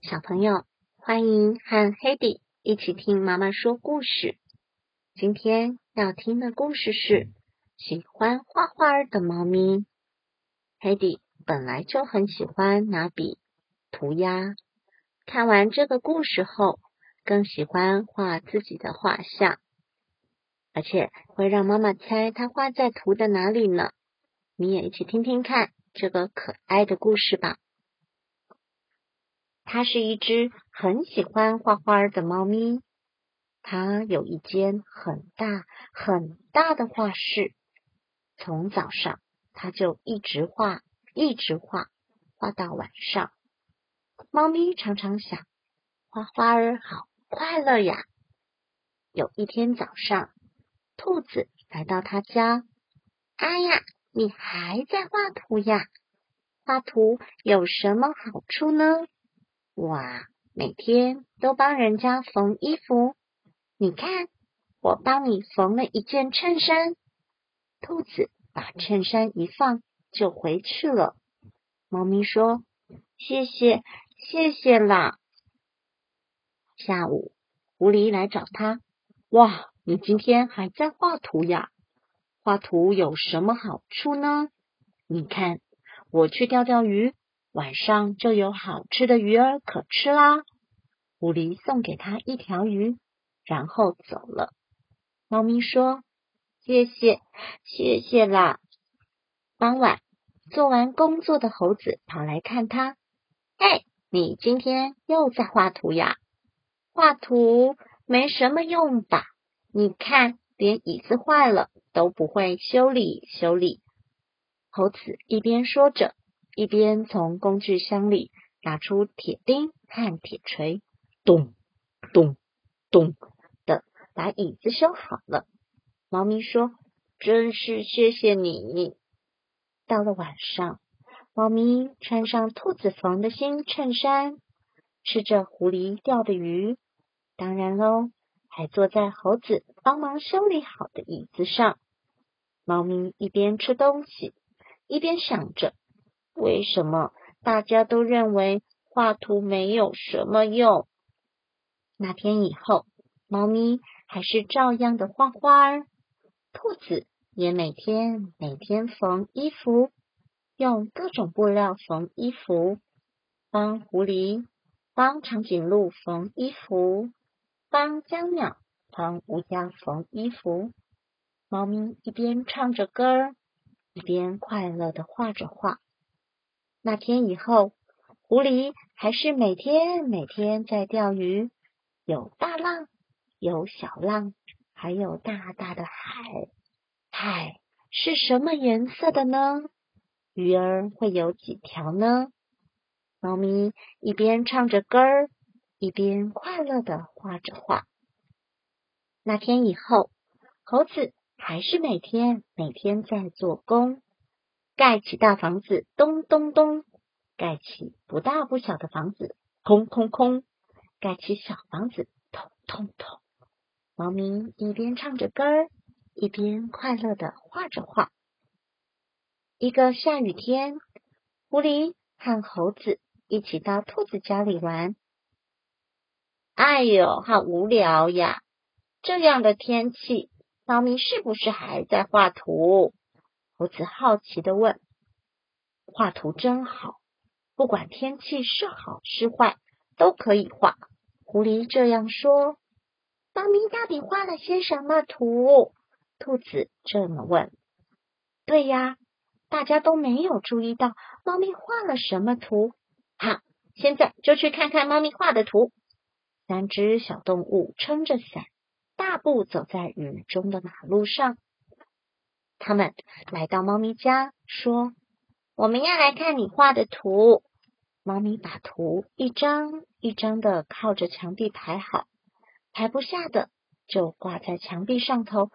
小朋友，欢迎和黑迪一起听妈妈说故事。今天要听的故事是喜欢画画的猫咪。黑迪本来就很喜欢拿笔涂鸦，看完这个故事后，更喜欢画自己的画像，而且会让妈妈猜她画在图的哪里呢？你也一起听听看这个可爱的故事吧。它是一只很喜欢画画的猫咪，它有一间很大很大的画室，从早上它就一直画，画到晚上。猫咪常常想，画画好快乐呀。有一天早上，兔子来到它家，哎呀，你还在画图呀？画图有什么好处呢？哇，每天都帮人家缝衣服，你看，我帮你缝了一件衬衫。兔子把衬衫一放就回去了。猫咪说：谢谢啦。下午，狐狸来找它，哇，你今天还在画图呀？画图有什么好处呢？你看，我去钓鱼，晚上就有好吃的鱼儿可吃啦。狐狸送给他一条鱼，然后走了。猫咪说：谢谢啦。傍晚，做完工作的猴子跑来看他，嘿，你今天又在画图呀？画图没什么用吧？你看，连椅子坏了都不会修理。猴子一边说着，一边从工具箱里拿出铁钉和铁锤，咚咚咚的把椅子修好了。猫咪说：真是谢谢你。到了晚上，猫咪穿上兔子缝的新衬衫，吃着狐狸钓的鱼，当然咯，还坐在猴子帮忙修理好的椅子上。猫咪一边吃东西，一边想着，为什么大家都认为画图没有什么用？那天以后，猫咪还是照样的画画，兔子也每天缝衣服，用各种布料缝衣服，帮狐狸、帮长颈鹿缝衣服，帮江鸟、帮乌鸦缝衣服。猫咪一边唱着歌，一边快乐的画着画。那天以后，狐狸还是每天在钓鱼，有大浪，有小浪，还有大大的海。海是什么颜色的呢？鱼儿会有几条呢？猫咪一边唱着歌儿，一边快乐的画着画。那天以后，猴子还是每天在做工，盖起大房子，咚咚咚；盖起不大不小的房子，空空空；盖起小房子，通通通。猫咪一边唱着歌儿，一边快乐的画着画。一个下雨天，狐狸和猴子一起到兔子家里玩。哎呦，好无聊呀！这样的天气，猫咪是不是还在画图？猴子好奇地问。画图真好，不管天气是好是坏，都可以画。狐狸这样说。猫咪到底画了些什么图？兔子这么问。对呀，大家都没有注意到猫咪画了什么图。好，现在就去看看猫咪画的图。三只小动物撑着伞，大步走在雨中的马路上。他们来到猫咪家，说：我们要来看你画的图。猫咪把图一张一张的靠着墙壁排好，排不下的就挂在墙壁上头。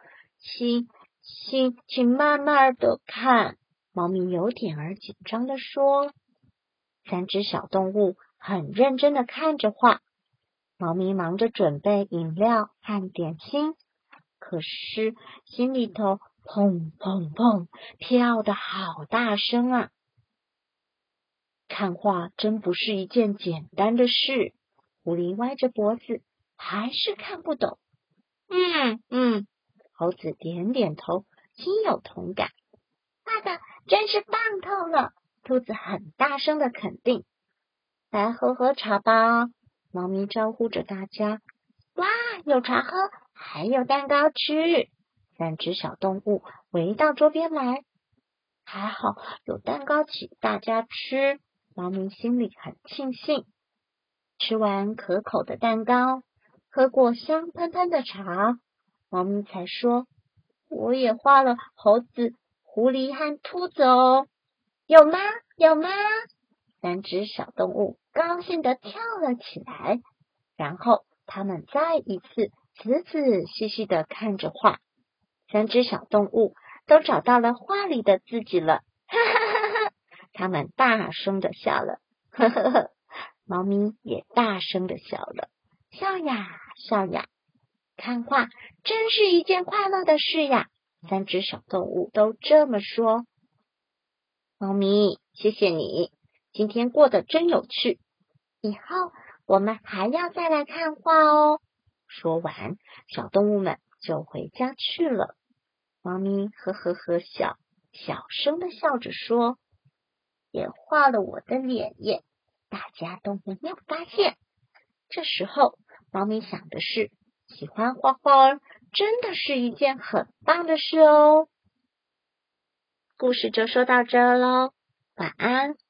请慢慢的看。猫咪有点儿紧张的说。三只小动物很认真的看着画。猫咪忙着准备饮料和点心，可是心里头砰砰砰跳得好大声啊！ 看画真不是一件简单的事。狐狸歪着脖子，还是看不懂。猴子点点头，心有同感。画的真是棒透了。兔子很大声的肯定。来喝喝茶吧，猫咪招呼着大家。哇，有茶喝，还有蛋糕吃。3只小动物围到桌边来。还好有蛋糕请大家吃，猫咪心里很庆幸。吃完可口的蛋糕，喝过香喷喷的茶，猫咪才说，我也画了猴子、狐狸和兔子哦。有吗？有吗？3只小动物高兴地跳了起来，然后他们再一次仔仔细细地看着画。3只小动物都找到了画里的自己了，哈哈哈哈！他们大声地笑了，呵呵呵。猫咪也大声地笑了，笑呀笑呀。看画真是一件快乐的事呀！3只小动物都这么说。猫咪，谢谢你，今天过得真有趣。以后我们还要再来看画哦。说完，小动物们就回家去了。猫咪呵呵呵笑，小声的笑着说，也画了我的脸耶，大家都没有发现。这时候，猫咪想的是，喜欢画画真的是一件很棒的事哦。故事就说到这咯，晚安。